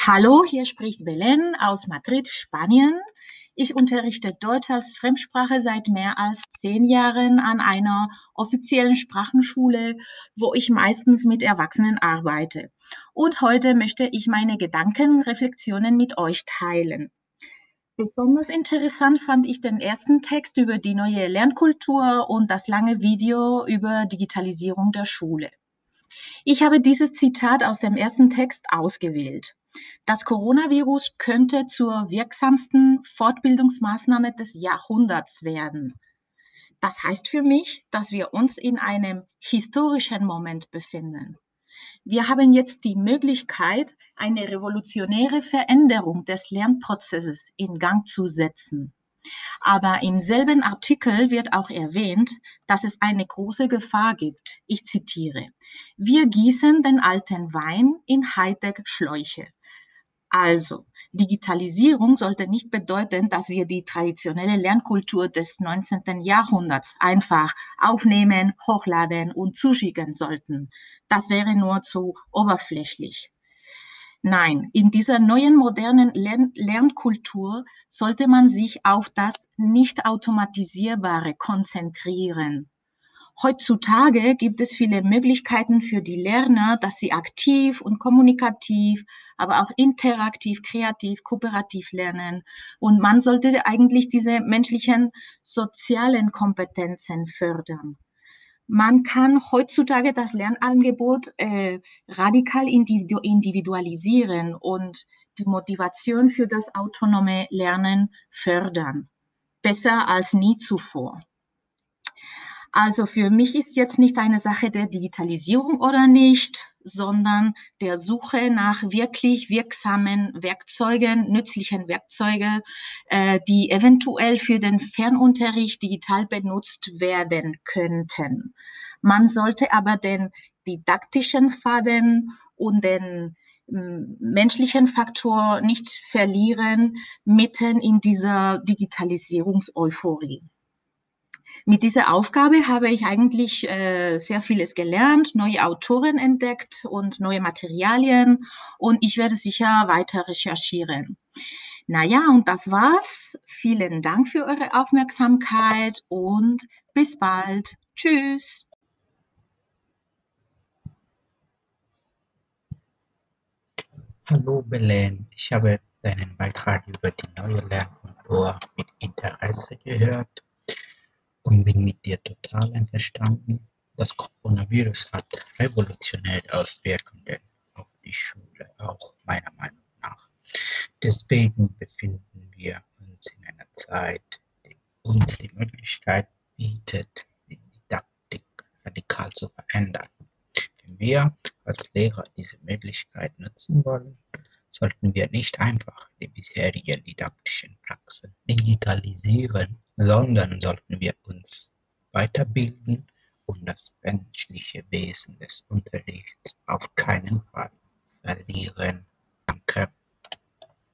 Hallo, hier spricht Belén aus Madrid, Spanien. Ich unterrichte Deutsch als Fremdsprache seit mehr als 10 Jahren an einer offiziellen Sprachenschule, wo ich meistens mit Erwachsenen arbeite. Und heute möchte ich meine Gedanken, Reflexionen mit euch teilen. Besonders interessant fand ich den ersten Text über die neue Lernkultur und das lange Video über Digitalisierung der Schule. Ich habe dieses Zitat aus dem ersten Text ausgewählt. Das Coronavirus könnte zur wirksamsten Fortbildungsmaßnahme des Jahrhunderts werden. Das heißt für mich, dass wir uns in einem historischen Moment befinden. Wir haben jetzt die Möglichkeit, eine revolutionäre Veränderung des Lernprozesses in Gang zu setzen. Aber im selben Artikel wird auch erwähnt, dass es eine große Gefahr gibt. Ich zitiere: Wir gießen den alten Wein in Hightech-Schläuche. Also, Digitalisierung sollte nicht bedeuten, dass wir die traditionelle Lernkultur des 19. Jahrhunderts einfach aufnehmen, hochladen und zuschicken sollten. Das wäre nur zu oberflächlich. Nein, in dieser neuen modernen Lernkultur sollte man sich auf das Nicht-Automatisierbare konzentrieren. Heutzutage gibt es viele Möglichkeiten für die Lerner, dass sie aktiv und kommunikativ, aber auch interaktiv, kreativ, kooperativ lernen. Und man sollte eigentlich diese menschlichen sozialen Kompetenzen fördern. Man kann heutzutage das Lernangebot radikal individualisieren und die Motivation für das autonome Lernen fördern. Besser als nie zuvor. Also für mich ist jetzt nicht eine Sache der Digitalisierung oder nicht, sondern der Suche nach wirklich wirksamen Werkzeugen, nützlichen Werkzeugen, die eventuell für den Fernunterricht digital benutzt werden könnten. Man sollte aber den didaktischen Faden und den menschlichen Faktor nicht verlieren mitten in dieser Digitalisierungseuphorie. Mit dieser Aufgabe habe ich eigentlich sehr vieles gelernt, neue Autoren entdeckt und neue Materialien, und ich werde sicher weiter recherchieren. Naja, und das war's. Vielen Dank für eure Aufmerksamkeit und bis bald. Tschüss. Hallo Belén, ich habe deinen Beitrag über die neue Lernkultur mit Interesse gehört und bin mit dir total einverstanden. Das Coronavirus hat revolutionäre Auswirkungen auf die Schule, auch meiner Meinung nach. Deswegen befinden wir uns in einer Zeit, die uns die Möglichkeit bietet, die Didaktik radikal zu verändern. Wenn wir als Lehrer diese Möglichkeit nutzen wollen, sollten wir nicht einfach die bisherigen didaktischen Praxen digitalisieren, sondern sollten wir uns weiterbilden und das menschliche Wesen des Unterrichts auf keinen Fall verlieren. Danke.